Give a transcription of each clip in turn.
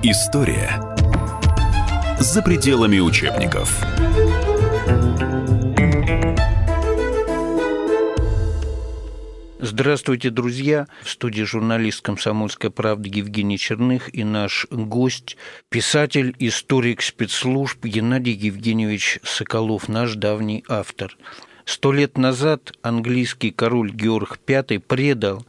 История за пределами учебников. Здравствуйте, друзья! В студии журналист «Комсомольской правды» Евгений Черных и наш гость, писатель, историк спецслужб Геннадий Евгеньевич Соколов, наш давний автор. 100 лет назад английский король Георг V предал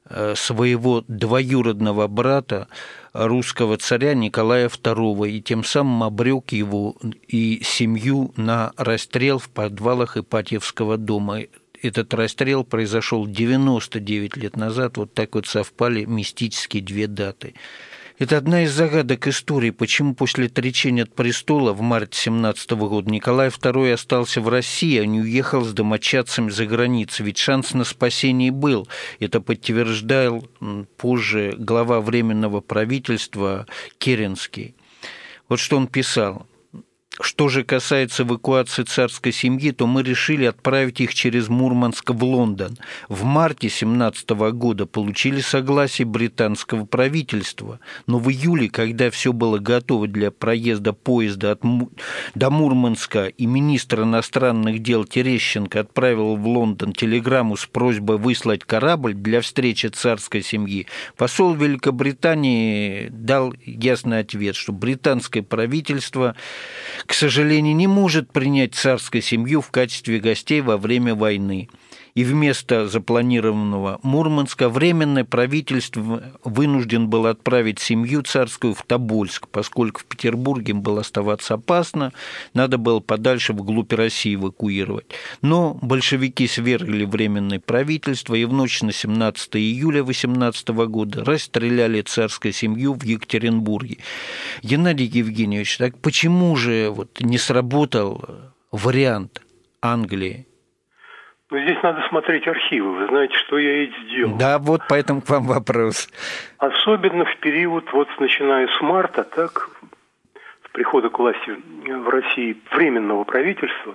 своего двоюродного брата, русского царя Николая II, и тем самым обрек его и семью на расстрел в подвалах Ипатьевского дома. Этот расстрел произошел 99 лет назад, вот так вот совпали мистические две даты. Это одна из загадок истории, почему после отречения от престола в марте 17 года Николай II остался в России, а не уехал с домочадцами за границу. Ведь шанс на спасение был. Это подтверждал позже глава Временного правительства Керенский. Вот что он писал. Что же касается эвакуации царской семьи, то мы решили отправить их через Мурманск в Лондон. В марте 17 года получили согласие британского правительства, но в июле, когда все было готово для проезда поезда до Мурманска, и министр иностранных дел Терещенко отправил в Лондон телеграмму с просьбой выслать корабль для встречи царской семьи, посол Великобритании дал ясный ответ, что британское правительство, к сожалению, не может принять царскую семью в качестве гостей во время войны. И вместо запланированного Мурманска Временное правительство вынужден было отправить семью царскую в Тобольск, поскольку в Петербурге им было оставаться опасно, надо было подальше вглубь России эвакуировать. Но большевики свергли Временное правительство и в ночь на 17 июля 18 года расстреляли царскую семью в Екатеринбурге. Геннадий Евгеньевич, так почему же не сработал вариант Англии? Но здесь надо смотреть архивы. Вы знаете, что я и сделал. Да, вот поэтому к вам вопрос. Особенно в период, начиная с марта, так, с прихода к власти в России Временного правительства,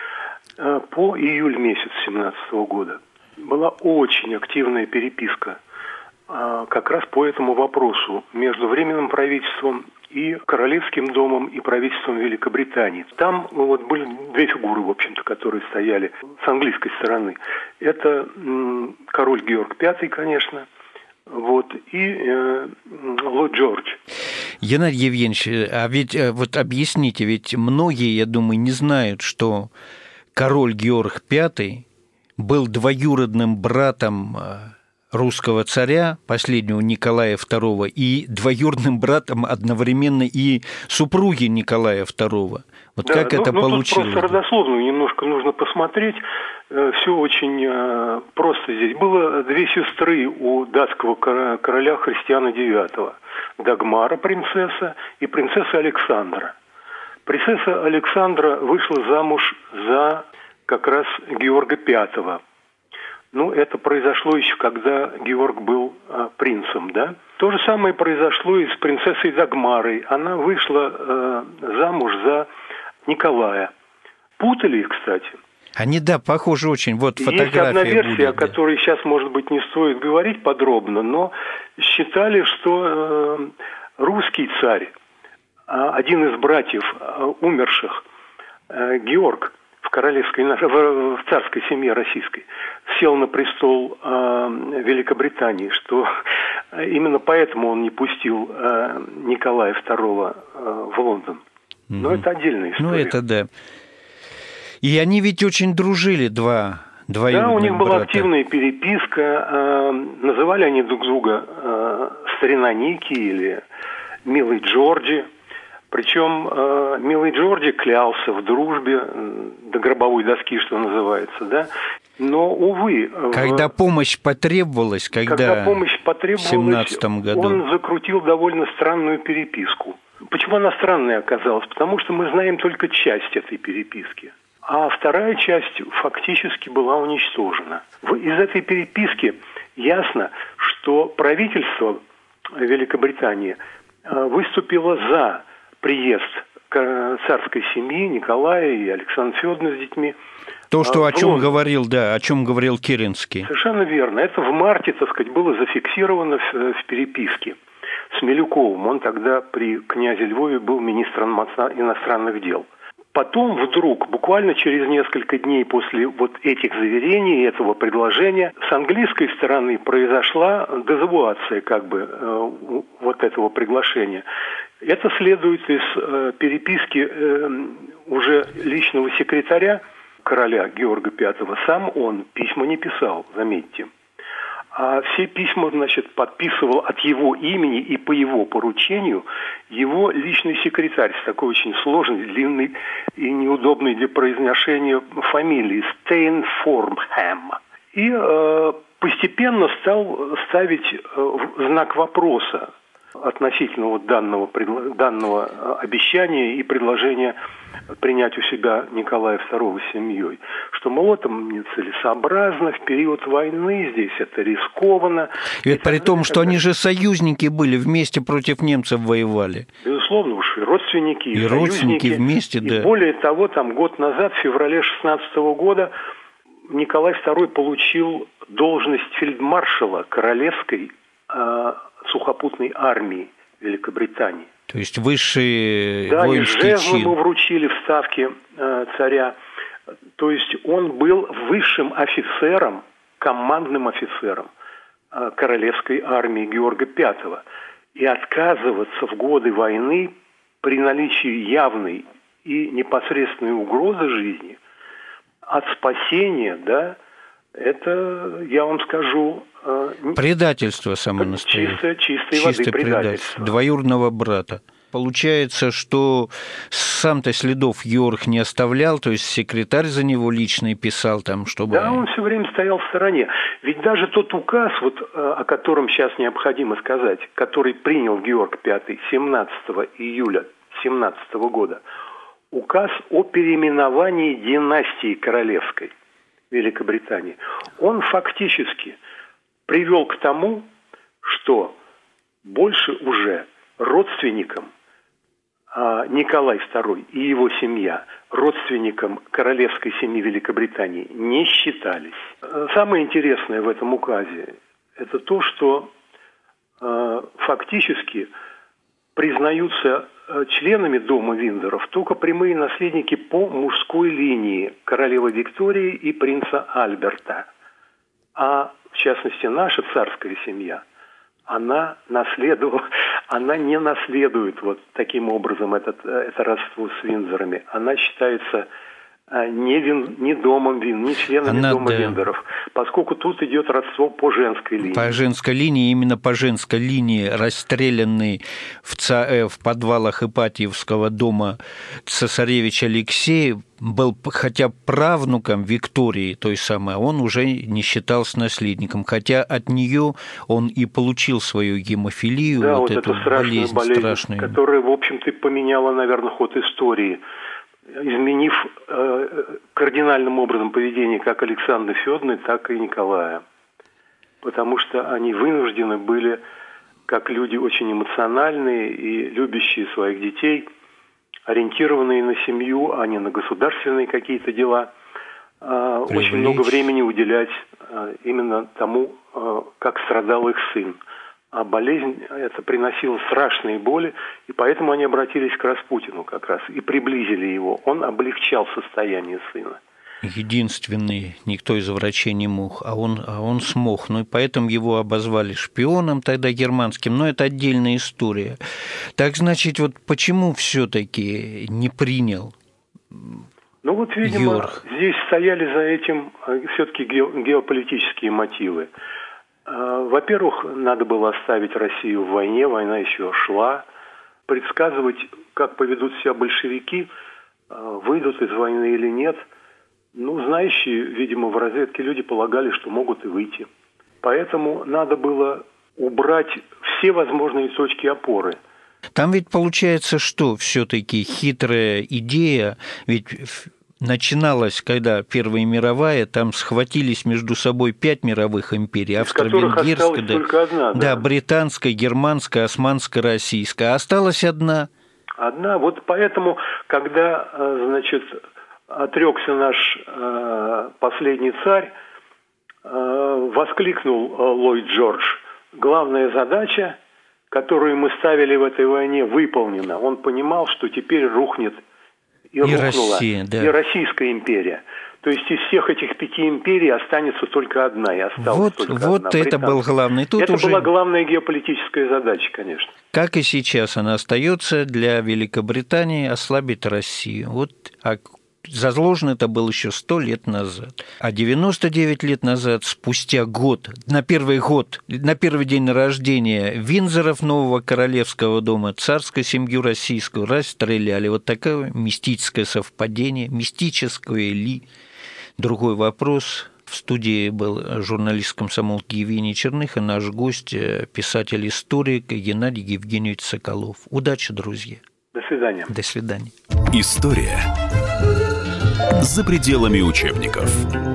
по июль месяц 17 года была очень активная переписка как раз по этому вопросу между Временным правительством и Королевским домом, и правительством Великобритании. Там были две фигуры, в общем-то, которые стояли с английской стороны. Это король Георг V, конечно, и лорд Джордж. Геннадий Евгеньевич, а ведь объясните, ведь многие, я думаю, не знают, что король Георг V был двоюродным братом русского царя, последнего Николая II, и двоюродным братом одновременно и супруги Николая II. Как это получилось? Тут просто родословную немножко нужно посмотреть. Все очень просто здесь. Было две сестры у датского короля Христиана IX. Дагмара, принцесса, и принцесса Александра. Принцесса Александра вышла замуж за как раз Георга V. Это произошло еще, когда Георг был принцем, да? То же самое произошло и с принцессой Дагмарой. Она вышла замуж за Николая. Путали их, кстати. Они, да, похожи очень. Вот фотография. Есть одна версия, будет, о которой сейчас, может быть, не стоит говорить подробно, но считали, что русский царь, один из братьев умерших, Георг, в царской семье российской, сел на престол Великобритании, что именно поэтому он не пустил Николая II в Лондон. Но это отдельная история. Это да. И они ведь очень дружили, двоюродных брата. Да, у них была активная переписка. Называли они друг друга старина Ники или милый Джорджи. Причем милый Джорджи клялся в дружбе до гробовой доски, что называется, да. Но, увы... Когда помощь потребовалась, в 17 году, он закрутил довольно странную переписку. Почему она странная оказалась? Потому что мы знаем только часть этой переписки. А вторая часть фактически была уничтожена. Из этой переписки ясно, что правительство Великобритании выступило за приезд царской семьи Николая и Александры Федоровны с детьми. То, что о чем говорил Керенский. Совершенно верно. Это в марте, было зафиксировано в переписке. с Милюковым. Он тогда при князе Львове был министром иностранных дел. Потом вдруг, буквально через несколько дней после вот этих заверений, этого предложения, с английской стороны произошла дезавуация вот этого приглашения. Это следует из переписки уже личного секретаря короля Георга V. Сам он письма не писал, заметьте. А все письма, подписывал от его имени и по его поручению его личный секретарь с такой очень сложной, длинной и неудобной для произношения фамилией Стейнформхэм. И постепенно стал ставить знак вопроса относительно вот данного обещания и предложения принять у себя Николая II с семьей, что, мол, это нецелесообразно, в период войны здесь это рискованно. И это при том, что они же союзники были, вместе против немцев воевали. Безусловно, уж и родственники, и родственники вместе, да. И более того, год назад, в феврале 16 года, Николай II получил должность фельдмаршала Королевской сухопутной армии Великобритании. То есть высший воинский чин. Да, и жезл ему вручили в ставке царя. То есть он был высшим офицером, командным офицером Королевской армии Георга V. И отказываться в годы войны при наличии явной и непосредственной угрозы жизни от спасения, да, это, я вам скажу... Предательство само настоящее. Чистой воды предательство. Двоюродного брата. Получается, что сам-то следов Георг не оставлял, то есть секретарь за него лично писал там, чтобы... Да, он все время стоял в стороне. Ведь даже тот указ, о котором сейчас необходимо сказать, который принял Георг V 17 июля 17 года, указ о переименовании династии королевской Великобритании, он фактически привел к тому, что больше уже родственникам Николай II и его семья родственникам королевской семьи Великобритании не считались. Самое интересное в этом указе – это то, что фактически признаются членами дома Виндзоров только прямые наследники по мужской линии королевы Виктории и принца Альберта. А в частности наша царская семья, она не наследует вот таким образом это родство с Виндзорами. Она считается не домом не членами дома Виндзоров, поскольку тут идет родство по женской линии. По женской линии, именно по женской линии расстрелянный в подвалах Ипатьевского дома цесаревич Алексей был хотя правнуком Виктории той самой, он уже не считался наследником, хотя от нее он и получил свою гемофилию, да, вот эту болезнь, страшную, которая, в общем-то, поменяла, наверное, ход истории, изменив кардинальным образом поведение как Александры Федоровны, так и Николая. Потому что они вынуждены были, как люди очень эмоциональные и любящие своих детей, ориентированные на семью, а не на государственные какие-то дела, очень много времени уделять именно тому, как страдал их сын. А болезнь это приносила страшные боли, и поэтому они обратились к Распутину как раз и приблизили его. Он облегчал состояние сына. Единственный, никто из врачей не мог, а он смог. Ну и поэтому его обозвали шпионом тогда германским, но это отдельная история. Так значит, вот почему все-таки не принял Ну вот, видимо, Георг? Здесь стояли за этим все-таки геополитические мотивы. Во-первых, надо было оставить Россию в войне, война еще шла. Предсказывать, как поведут себя большевики, выйдут из войны или нет, знающие, видимо, в разведке люди полагали, что могут и выйти. Поэтому надо было убрать все возможные точки опоры. Там ведь получается, что все-таки хитрая идея, ведь начиналась, когда Первая мировая, там схватились между собой 5 мировых империй, австро-венгерская, да, британская, германская, османская, российская, а осталась одна. Одна, вот поэтому, когда, отрекся наш последний царь, воскликнул Ллойд Джордж: главная задача которую мы ставили в этой войне, выполнена. Он понимал, что теперь рухнет и рухнула Россия, да. и Российская империя. То есть из всех этих 5 империй останется только одна, и осталась только одна. Вот это был главный. Тут это уже... была главная геополитическая задача, конечно. Как и сейчас она остается для Великобритании ослабить Россию. Заложено это было еще 100 лет назад. А 99 лет назад, спустя год, на первый день рождения Виндзоров нового королевского дома, царскую семью российскую расстреляли. Вот такое мистическое совпадение, мистическое ли? Другой вопрос. В студии был журналист комсомолки Евгений Черных и наш гость, писатель-историк Геннадий Евгеньевич Соколов. Удачи, друзья. До свидания. До свидания. История за пределами учебников.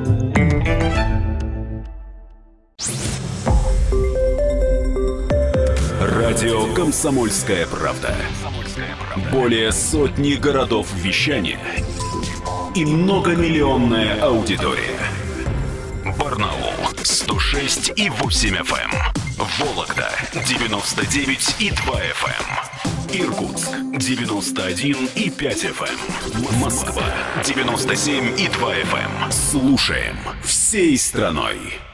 Радио «Комсомольская правда». Более сотни городов вещания и многомиллионная аудитория. Барнаул 106,8 FM. Вологда 99,2 FM. Иркутск 91,5 FM. Москва 97,2 FM. Слушаем всей страной.